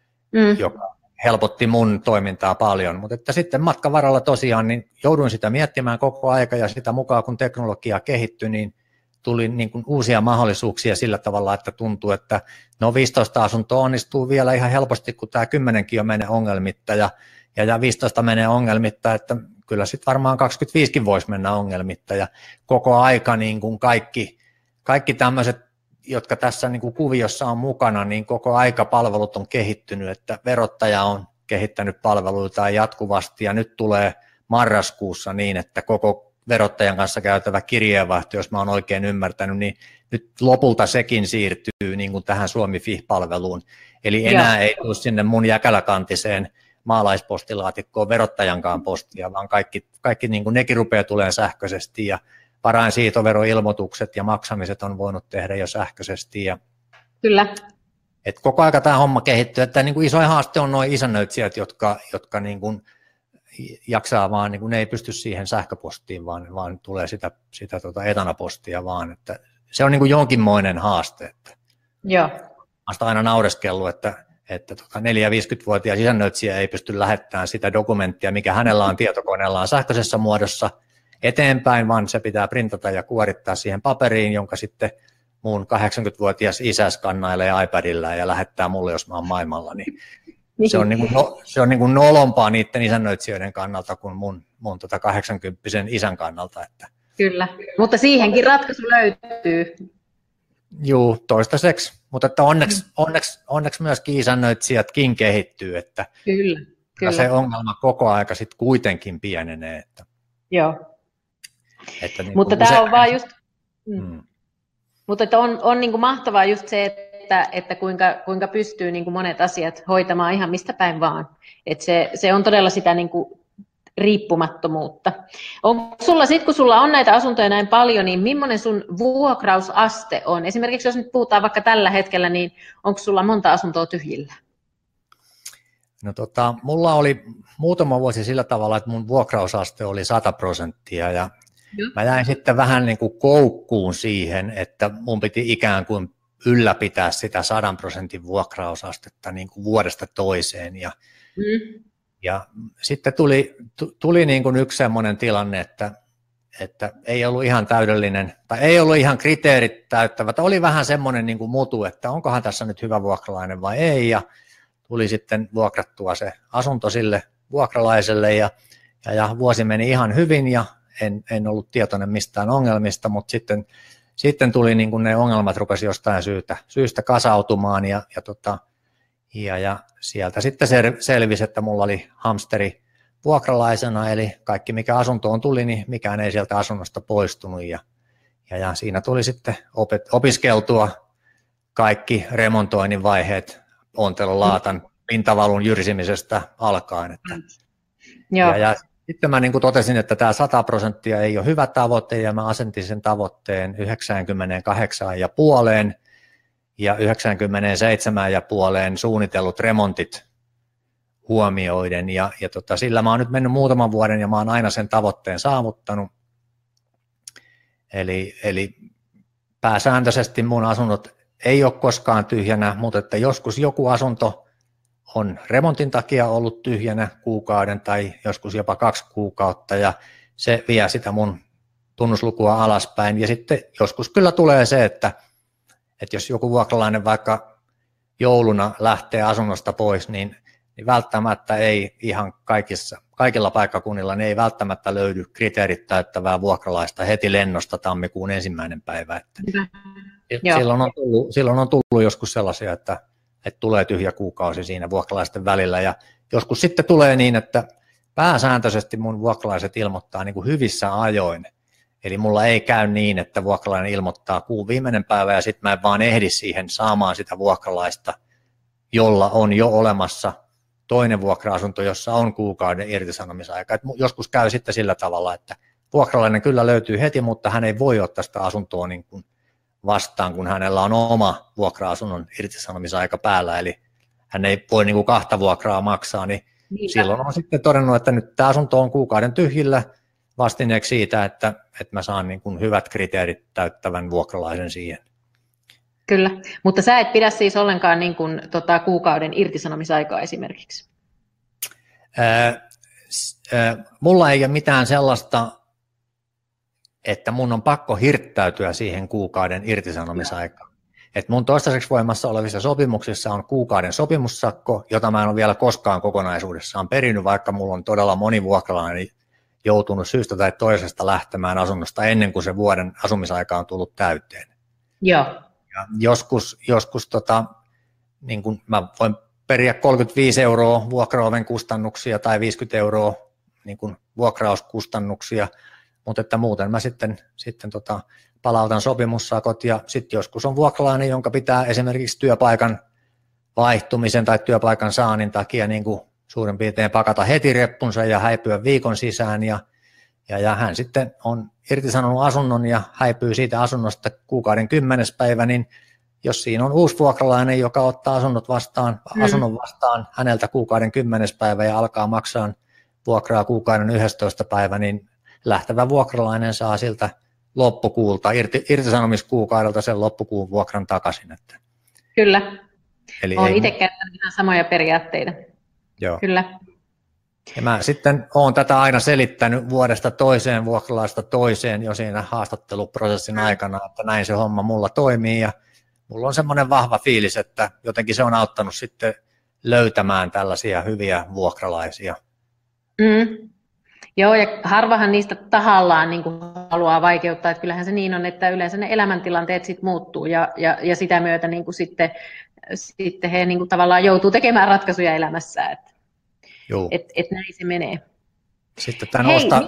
joka helpotti mun toimintaa paljon, mutta että sitten matkan varrella tosiaan niin jouduin sitä miettimään koko aika ja sitä mukaan kun teknologia kehittyi, niin tuli niin kuin uusia mahdollisuuksia sillä tavalla, että tuntuu, että 15 asuntoa onnistuu vielä ihan helposti, kun tämä 10kin jo menee ongelmitta ja 15 menee ongelmitta, että kyllä sitten varmaan 25kin voisi mennä ongelmitta ja koko aika niin kuin kaikki tämmöiset, jotka tässä niin kuin kuviossa on mukana, niin koko aika palvelut on kehittynyt, että verottaja on kehittänyt palveluita jatkuvasti ja nyt tulee marraskuussa niin, että koko verottajan kanssa käytävä kirjeenvaihto, jos mä oon oikein ymmärtänyt, niin nyt lopulta sekin siirtyy niin kuin tähän Suomi-FIH-palveluun. Eli enää ei tule sinne mun jäkäläkantiseen maalaispostilaatikkoon verottajankaan postia, vaan kaikki niin kuin nekin rupeaa tulemaan sähköisesti ja varainsiirtoveroilmoitukset ja maksamiset on voinut tehdä jo sähköisesti. Kyllä. Et koko ajan tämä homma kehittyy, että niin kuin isoin haaste on nuo isännöitsijät, jotka niin kuin jaksaa vaan, niin kuin ne ei pysty siihen sähköpostiin, vaan tulee sitä etanapostia vaan, että se on niin kuin jonkinmoinen haaste. Että Joo. Mä oon aina naureskellut, että 4-50-vuotias isännöitsijä ei pysty lähettämään sitä dokumenttia, mikä hänellä on tietokoneellaan sähköisessä muodossa eteenpäin, vaan se pitää printata ja kuorittaa siihen paperiin, jonka sitten mun 80-vuotias isä skannailee iPadilla ja lähettää mulle, jos mä oon maailmalla, niin se on niin kuin nolompaa niiden isännöitsijöiden kannalta kuin mun 80-vuotiaan isän kannalta. Että. Kyllä, mutta siihenkin ratkaisu löytyy. Juu, toistaiseksi, mutta että onneksi myöskin isännöitsijätkin kehittyy, että kyllä. se ongelma koko aika sitten kuitenkin pienenee. Että. Joo. Että niin mutta tämä on vaan just, mutta että on niin kuin mahtavaa just se, että kuinka pystyy niin kuin monet asiat hoitamaan ihan mistä päin vaan. Että se on todella sitä niin kuin riippumattomuutta. Onko sulla sitten, kun sulla on näitä asuntoja näin paljon, niin millainen sun vuokrausaste on? Esimerkiksi jos nyt puhutaan vaikka tällä hetkellä, niin onko sulla monta asuntoa tyhjillä? No mulla oli muutama vuosi sillä tavalla, että mun vuokrausaste oli 100% ja mä jäin sitten vähän niin kuin koukkuun siihen, että mun piti ikään kuin ylläpitää sitä 100% vuokrausastetta niin kuin vuodesta toiseen. Ja sitten tuli niin kuin yksi semmoinen tilanne, että ei ollut ihan täydellinen, tai ei ollut ihan kriteerit täyttävä, tai oli vähän semmoinen niin kuin mutu, että onkohan tässä nyt hyvä vuokralainen vai ei, ja tuli sitten vuokrattua se asunto sille vuokralaiselle, ja vuosi meni ihan hyvin, ja en ollut tietoinen mistään ongelmista, mutta sitten tuli niin kuin ne ongelmat rupesi jostain syystä kasautumaan ja sieltä sitten selvisi, että mulla oli hamsteri vuokralaisena, eli kaikki mikä asuntoon tuli, niin mikään ei sieltä asunnosta poistunut ja siinä tuli sitten opiskeltua kaikki remontoinnin vaiheet ontelolaatan pintavalun jyrsimisestä alkaen. Että. Ja sitten mä niin kuin totesin, että tämä 100% ei ole hyvä tavoite, ja mä asentin sen tavoitteen 98,5 ja 97,5 suunnitellut remontit huomioiden, ja sillä mä oon nyt mennyt muutaman vuoden, ja mä oon aina sen tavoitteen saavuttanut. Eli pääsääntöisesti mun asunnot ei ole koskaan tyhjänä, mutta että joskus joku asunto on remontin takia ollut tyhjänä kuukauden tai joskus jopa 2 kuukautta, ja se vie sitä mun tunnuslukua alaspäin. Ja sitten joskus kyllä tulee se, että jos joku vuokralainen vaikka jouluna lähtee asunnosta pois, niin välttämättä ei ihan kaikilla paikkakunnilla niin ei välttämättä löydy kriteerit täyttävää vuokralaista heti lennosta tammikuun 1. päivä. Silloin on tullut joskus sellaisia, että tulee tyhjä kuukausi siinä vuokralaisten välillä, ja joskus sitten tulee niin, että pääsääntöisesti mun vuokralaiset ilmoittaa niin kuin hyvissä ajoin. Eli mulla ei käy niin, että vuokralainen ilmoittaa kuun viimeinen päivä ja sitten mä en vaan ehdi siihen saamaan sitä vuokralaista, jolla on jo olemassa toinen vuokra-asunto, jossa on kuukauden irtisanomisaika. Et joskus käy sitten sillä tavalla, että vuokralainen kyllä löytyy heti, mutta hän ei voi ottaa sitä asuntoa niin kuin vastaan, kun hänellä on oma vuokra-asunnon irtisanomisaika päällä, eli hän ei voi niin kuin 2 vuokraa maksaa, niin silloin on sitten todennut, että nyt tämä asunto on kuukauden tyhjillä vastineeksi siitä, että mä saan niin kuin hyvät kriteerit täyttävän vuokralaisen siihen. Kyllä, mutta sä et pidä siis ollenkaan niin kuin, kuukauden irtisanomisaikaa esimerkiksi? Mulla ei ole mitään sellaista, että mun on pakko hirttäytyä siihen kuukauden irtisanomisaikaan. Et mun toistaiseksi voimassa olevissa sopimuksissa on kuukauden sopimussakko, jota mä en ole vielä koskaan kokonaisuudessaan perinyt, vaikka mulla on todella moni vuokralainen joutunut syystä tai toisesta lähtemään asunnosta ennen kuin se vuoden asumisaika on tullut täyteen. Joo. Ja joskus niin kun mä voin periä 35 € vuokraoven kustannuksia tai 50 € niin kun vuokrauskustannuksia, mutta että muuten mä sitten palautan sopimussakot, ja sitten joskus on vuokralainen, jonka pitää esimerkiksi työpaikan vaihtumisen tai työpaikan saannin takia niin kuin suurin piirtein pakata heti reppunsa ja häipyä viikon sisään, ja hän sitten on irtisanonut asunnon ja häipyy siitä asunnosta kuukauden 10. päivä, niin jos siinä on uusi vuokralainen, joka ottaa asunnon vastaan häneltä kuukauden 10. päivä ja alkaa maksaa vuokraa kuukauden 11. päivä, niin lähtevä vuokralainen saa siltä loppukuulta, irtisanomiskuukaudelta sen loppukuun vuokran takaisin. Että. Kyllä, olen itse käyttänyt ihan samoja periaatteita. Joo. Kyllä. Ja mä sitten olen tätä aina selittänyt vuodesta toiseen, vuokralaista toiseen jo siinä haastatteluprosessin aikana, että näin se homma mulla toimii, ja mulla on semmoinen vahva fiilis, että jotenkin se on auttanut sitten löytämään tällaisia hyviä vuokralaisia. Joo, ja harvahan niistä tahallaan niin kuin haluaa vaikeuttaa, että kyllähän se niin on, että yleensä ne elämäntilanteet sitten muuttuu, ja sitä myötä niin kuin sitten he niin kuin tavallaan joutuu tekemään ratkaisuja elämässään, että näin se menee. Sitten tämän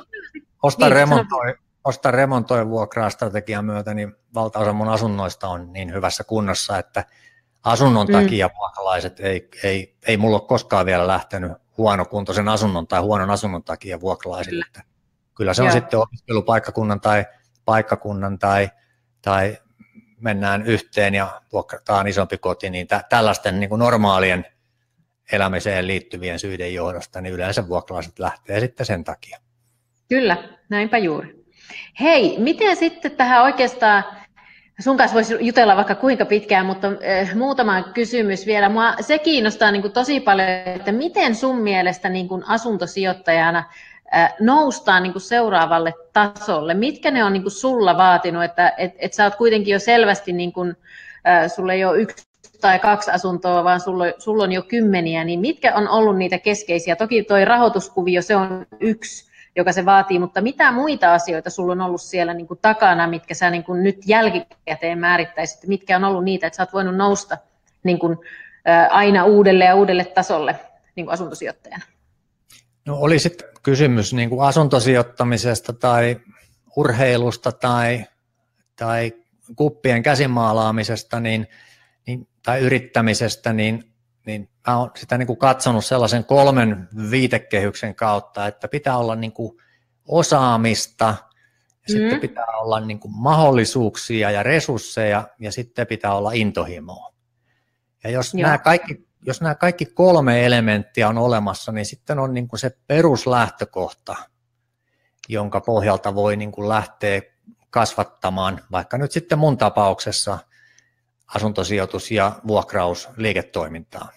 osta remontoi vuokraa strategian myötä, niin valtaosa mun asunnoista on niin hyvässä kunnossa, että asunnon takia vuokralaiset ei mulla ole koskaan vielä lähtenyt huonokuntoisen asunnon tai huonon asunnon takia vuokralaisille. Kyllä se on sitten opiskelupaikkakunnan tai paikkakunnan tai mennään yhteen ja vuokrataan isompi koti, niin tällaisten niin kuin normaalien elämiseen liittyvien syiden johdosta, niin yleensä vuokralaiset lähtee sitten sen takia. Kyllä, näinpä juuri. Hei, miten sitten tähän oikeastaan, sun kanssa voisi jutella vaikka kuinka pitkään, mutta muutama kysymys vielä. Mua se kiinnostaa niin kuin tosi paljon, että miten sun mielestä niin kuin asuntosijoittajana noustaan niin kuin seuraavalle tasolle? Mitkä ne on niin kuin sulla vaatinut, että sä oot kuitenkin jo selvästi, niin kuin, sulla ei ole 1 tai 2 asuntoa, vaan sulla on jo 10, niin mitkä on ollut niitä keskeisiä? Toki toi rahoituskuvio, se on yksi, joka se vaatii, mutta mitä muita asioita sulla on ollut siellä niin kuin takana, mitkä sä niin kuin nyt jälkikäteen määrittäisit, mitkä on ollut niitä, että sä oot voinut nousta niin kuin, aina uudelle ja uudelle tasolle niin kuin asuntosijoittajana? No oli sitten kysymys niin kuin asuntosijoittamisesta tai urheilusta tai kuppien käsimaalaamisesta tai yrittämisestä, niin mä oon sitä niin kuin katsonut sellaisen 3 viitekehyksen kautta, että pitää olla niin kuin osaamista, ja sitten pitää olla niin kuin mahdollisuuksia ja ja sitten pitää olla intohimoa. Ja jos nämä kaikki 3 elementtiä on olemassa, niin sitten on niin kuin se peruslähtökohta, jonka pohjalta voi niin kuin lähteä kasvattamaan, vaikka nyt sitten mun tapauksessa asuntosijoitus- ja vuokrausliiketoimintaa.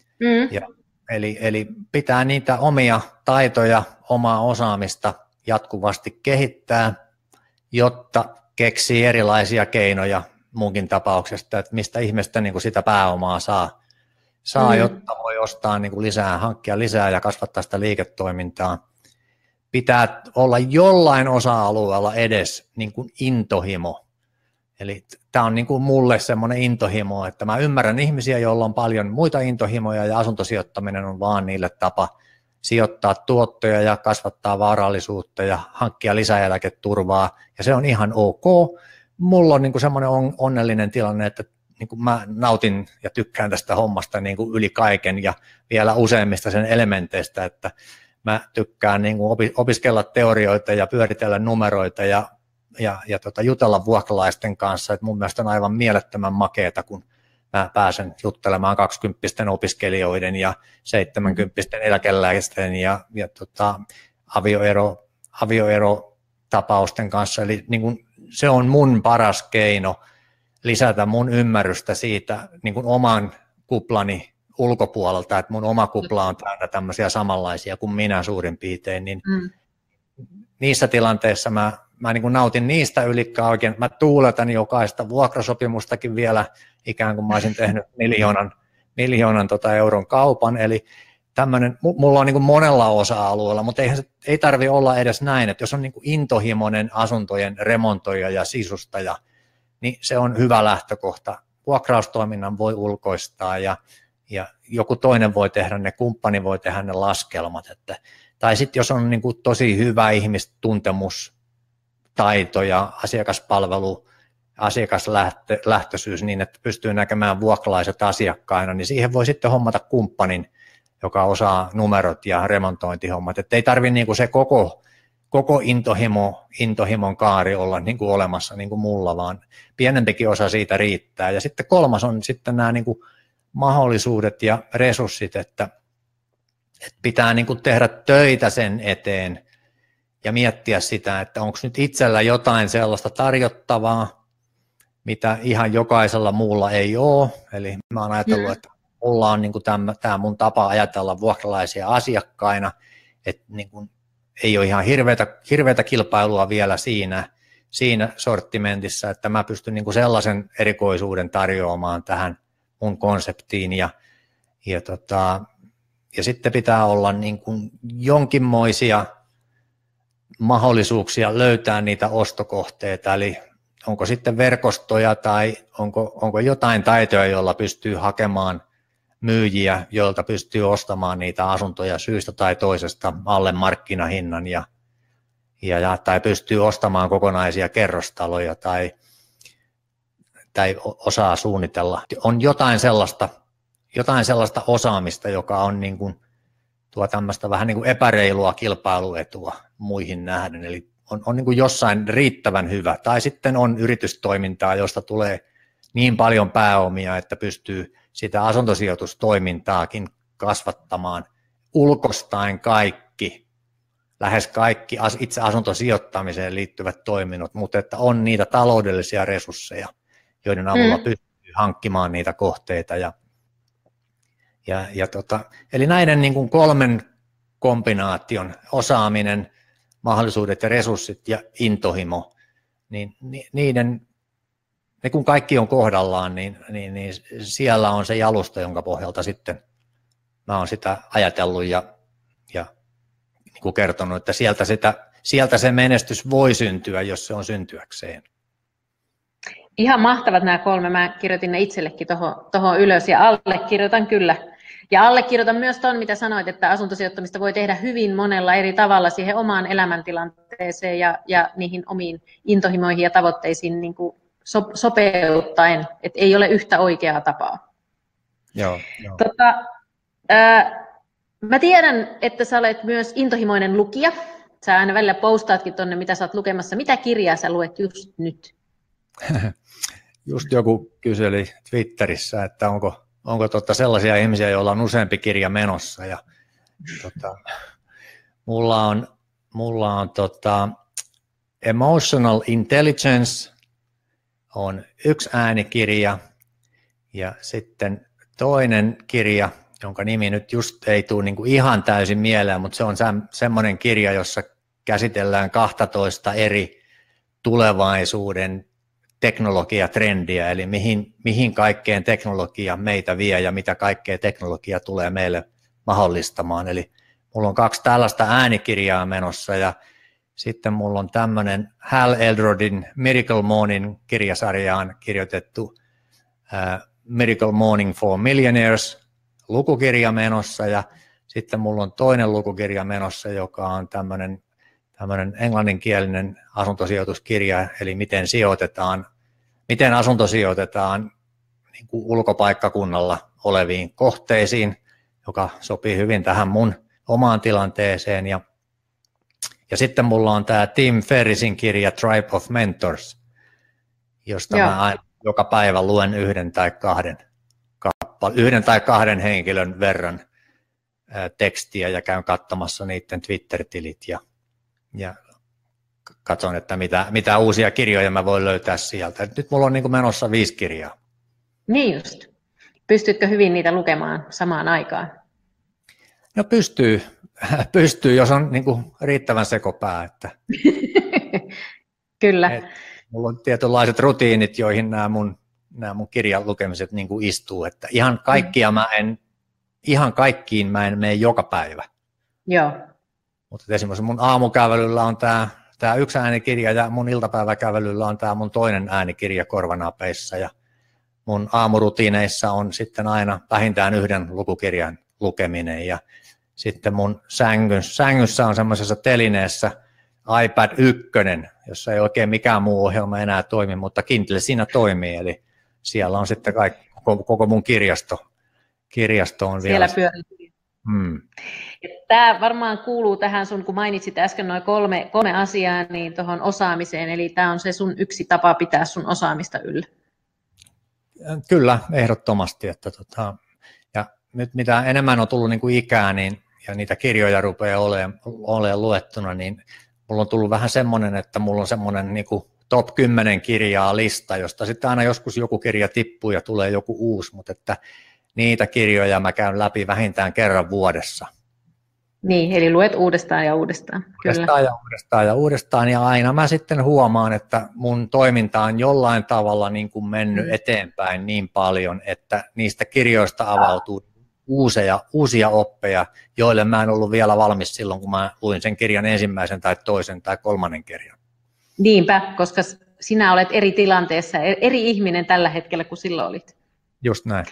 Eli pitää niitä omia taitoja, omaa osaamista jatkuvasti kehittää jotta keksii erilaisia keinoja munkin tapauksesta, että mistä ihmistä niin kuin sitä pääomaa saa jotta voi ostaa niin kuin lisää, hankkia lisää ja kasvattaa sitä liiketoimintaa. Pitää olla jollain osa-alueella edes niin kuin intohimo. Eli tämä on niin kuin mulle semmoinen intohimo, että mä ymmärrän ihmisiä, joilla on paljon muita intohimoja ja asuntosijoittaminen on vaan niille tapa sijoittaa tuottoja ja kasvattaa varallisuutta ja hankkia lisäeläketurvaa ja se on ihan ok. Mulla on niin kuin semmoinen onnellinen tilanne, että niin kuin mä nautin ja tykkään tästä hommasta niin kuin yli kaiken ja vielä useimmista sen elementeistä, että mä tykkään niin kuin opiskella teorioita ja pyöritellä numeroita ja jutella vuokralaisten kanssa, että mun mielestä on aivan mielettömän makeeta, kun mä pääsen juttelemaan 20-pisten opiskelijoiden ja 70-pisten eläkeläisten ja avioerotapausten kanssa, eli niin kuin se on mun paras keino lisätä mun ymmärrystä siitä niin kuin oman kuplani ulkopuolelta, että mun oma kupla on täynnä tämmöisiä samanlaisia kuin minä suurin piirtein, niin niissä tilanteissa mä niin kuin nautin niistä yli kaiken. Mä tuuletan jokaista vuokrasopimustakin vielä ikään kuin mä olisin tehnyt miljoonan euron kaupan, eli tämmöinen, mulla on niin kuin monella osa-alueella, mutta ei tarvitse olla edes näin, että jos on niin kuin intohimoinen asuntojen remontoija ja sisustaja, niin se on hyvä lähtökohta. Vuokraustoiminnan voi ulkoistaa ja joku toinen voi tehdä ne, kumppani voi tehdä ne laskelmat. Tai sitten jos on niin kuin tosi hyvä ihmistuntemus, taito ja asiakaspalvelu, asiakaslähtöisyys niin, että pystyy näkemään vuokralaiset asiakkaina, niin siihen voi sitten hommata kumppanin, joka osaa numerot ja remontointihommat. Että ei tarvitse niin kuin se koko intohimon kaari olla niin kuin olemassa niin kuin mulla, vaan pienempikin osa siitä riittää. Ja sitten kolmas on sitten nämä niin kuin mahdollisuudet ja resurssit, että pitää niin kuin tehdä töitä sen eteen ja miettiä sitä, että onko nyt itsellä jotain sellaista tarjottavaa, mitä ihan jokaisella muulla ei ole. Eli mä oon ajatellut, että mulla on niin kuin tämä mun tapa ajatella vuokralaisia asiakkaina, että niin kuin ei ole ihan hirveätä kilpailua vielä siinä sortimentissa, että mä pystyn niin kuin sellaisen erikoisuuden tarjoamaan tähän mun konseptiin ja sitten pitää olla niin kuin jonkinmoisia mahdollisuuksia löytää niitä ostokohteita, eli onko sitten verkostoja tai onko jotain taitoja, joilla pystyy hakemaan myyjiä, joilta pystyy ostamaan niitä asuntoja syystä tai toisesta alle markkinahinnan tai pystyy ostamaan kokonaisia kerrostaloja tai osaa suunnitella. On jotain sellaista osaamista, joka on niin kuin tuo tämmöistä vähän niin kuin epäreilua kilpailuetua muihin nähden, eli on niin kuin jossain riittävän hyvä, tai sitten on yritystoimintaa, josta tulee niin paljon pääomia, että pystyy sitä asuntosijoitustoimintaakin kasvattamaan ulkostaen lähes kaikki itse asuntosijoittamiseen liittyvät toiminnot, mutta että on niitä taloudellisia resursseja, joiden avulla pystyy hankkimaan niitä kohteita. Eli näiden niin kuin kolmen kombinaation, osaaminen, mahdollisuudet ja resurssit ja intohimo, niin ne kun kaikki on kohdallaan, niin siellä on se jalusta, jonka pohjalta sitten mä oon sitä ajatellut ja niin kuin kertonut, että sieltä se menestys voi syntyä, jos se on syntyäkseen. Ihan mahtavat nämä kolme. Mä kirjoitin ne itsellekin tuohon ylös ja allekirjoitan kyllä. Ja allekirjoitan myös tuon, mitä sanoit, että asuntosijoittamista voi tehdä hyvin monella eri tavalla siihen omaan elämäntilanteeseen ja niihin omiin intohimoihin ja tavoitteisiin niin kuin sopeuttaen, että ei ole yhtä oikeaa tapaa. Joo. Mä tiedän, että sä olet myös intohimoinen lukija. Sä aina välillä postaatkin tuonne, mitä sä oot lukemassa. Mitä kirjaa sä luet just nyt? Just joku kyseli Twitterissä, että onko sellaisia ihmisiä, joilla on useampi kirja menossa. Ja, mulla on Emotional Intelligence on yksi äänikirja ja sitten toinen kirja, jonka nimi nyt just ei tule niin kuin ihan täysin mieleen, mutta se on semmoinen kirja, jossa käsitellään 12 eri tulevaisuuden teknologiatrendiä, eli mihin kaikkeen teknologia meitä vie ja mitä kaikkea teknologia tulee meille mahdollistamaan. Eli mulla on 2 tällaista äänikirjaa menossa ja sitten mulla on tämmöinen Hal Elrodin Miracle Morning -kirjasarjaan kirjoitettu Miracle Morning for Millionaires -lukukirja menossa ja sitten mulla on toinen lukukirja menossa, joka on tämmöinen englanninkielinen asuntosijoituskirja, eli miten asunto sijoitetaan niin kuin ulkopaikkakunnalla oleviin kohteisiin, joka sopii hyvin tähän mun omaan tilanteeseen. Ja sitten mulla on tämä Tim Ferrissin kirja Tribe of Mentors, josta mä joka päivä luen yhden tai kahden henkilön verran tekstiä ja käyn katsomassa niiden Twitter-tilit ja katson, että mitä uusia kirjoja mä voin löytää sieltä. Nyt mulla on niin kuin menossa 5 kirjaa. Niin just. Pystytkö hyvin niitä lukemaan samaan aikaan? No pystyy, jos on niin kuin riittävän sekopää. Että Kyllä. Mulla on tietynlaiset rutiinit, joihin nämä mun kirjan lukemiset niin kuin istuu. Että ihan kaikkiin mä en mene joka päivä. Joo. Mutta esimerkiksi mun aamukävelyllä on tämä 1 äänikirja ja mun iltapäiväkävelyllä on tämä mun toinen äänikirja korvanapeissa. Ja mun aamurutiineissa on sitten aina vähintään 1 lukukirjan lukeminen. Ja sitten mun sängyssä on semmoisessa telineessä iPad 1, jossa ei oikein mikään muu ohjelma enää toimi, mutta Kindle siinä toimii. Eli siellä on sitten koko mun kirjasto on siellä vielä. pyörii. Tämä varmaan kuuluu tähän sun, kun mainitsit äsken noin 3 asiaa, niin tuohon osaamiseen, eli tämä on se sun yksi tapa pitää sun osaamista yllä. Kyllä, ehdottomasti. Ja nyt mitä enemmän on tullut niin kuin ikää, ja niitä kirjoja rupeaa olemaan luettuna, niin mulla on tullut vähän semmoinen, että mulla on semmoinen niin kuin top 10 kirjaa lista, josta sitten aina joskus joku kirja tippuu ja tulee joku uusi, mutta että niitä kirjoja mä käyn läpi vähintään kerran vuodessa. Niin, eli luet uudestaan ja uudestaan. Uudestaan ja aina mä sitten huomaan, että mun toiminta on jollain tavalla niin kuin mennyt eteenpäin niin paljon, että niistä kirjoista avautuu uusia oppeja, joille mä en ollut vielä valmis silloin, kun mä luin sen kirjan ensimmäisen tai toisen tai 3. kerran. Niinpä, koska sinä olet eri tilanteessa, eri ihminen tällä hetkellä kuin silloin olit. Just näin.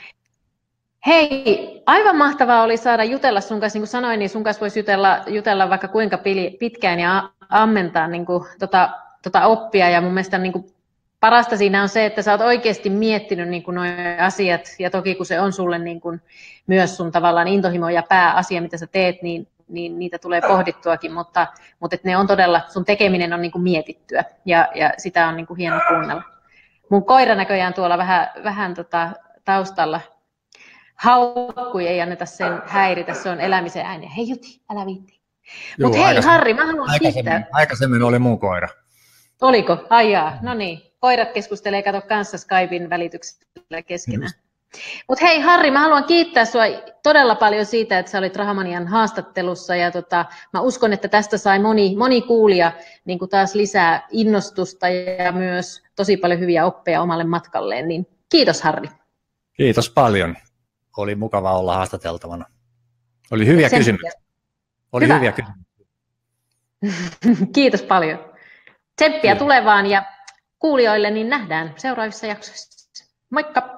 Hei, aivan mahtavaa oli saada jutella sun kanssa, niin kuin sanoin, niin sun kanssa voisi jutella vaikka kuinka pitkään ja ammentaa niin kuin, tota oppia, ja mun mielestä niin kuin, parasta siinä on se, että sä oot oikeasti miettinyt niin kuin nuo asiat, ja toki kun se on sulle niin kuin, myös sun tavallaan intohimo ja pääasia, mitä sä teet, niin niitä tulee pohdittuakin, mutta et ne on todella, sun tekeminen on niin kuin mietittyä, ja sitä on niin kuin hieno kuunnella. Mun koira näköjään tuolla vähän taustalla haukkui, ei anneta sen häiritä, se on elämisen ääni. Hei Juti, älä viitti. Mutta hei Harri, mä haluan kiittää. Aikaisemmin oli mun koira. Oliko? Ai jaa, no niin. Koirat keskustelee, kato kanssa Skypein välityksellä keskenään. Mutta hei Harri, mä haluan kiittää sua todella paljon siitä, että sä olit Rahamanian haastattelussa, ja mä uskon, että tästä sai moni kuulija niin kuin taas lisää innostusta ja myös tosi paljon hyviä oppeja omalle matkalleen, niin kiitos Harri. Kiitos paljon. Oli mukava olla haastateltavana. Oli hyviä kysymyksiä. Kiitos paljon. Tsemppiä tulevaan, ja kuulijoille niin nähdään seuraavissa jaksoissa. Moikka!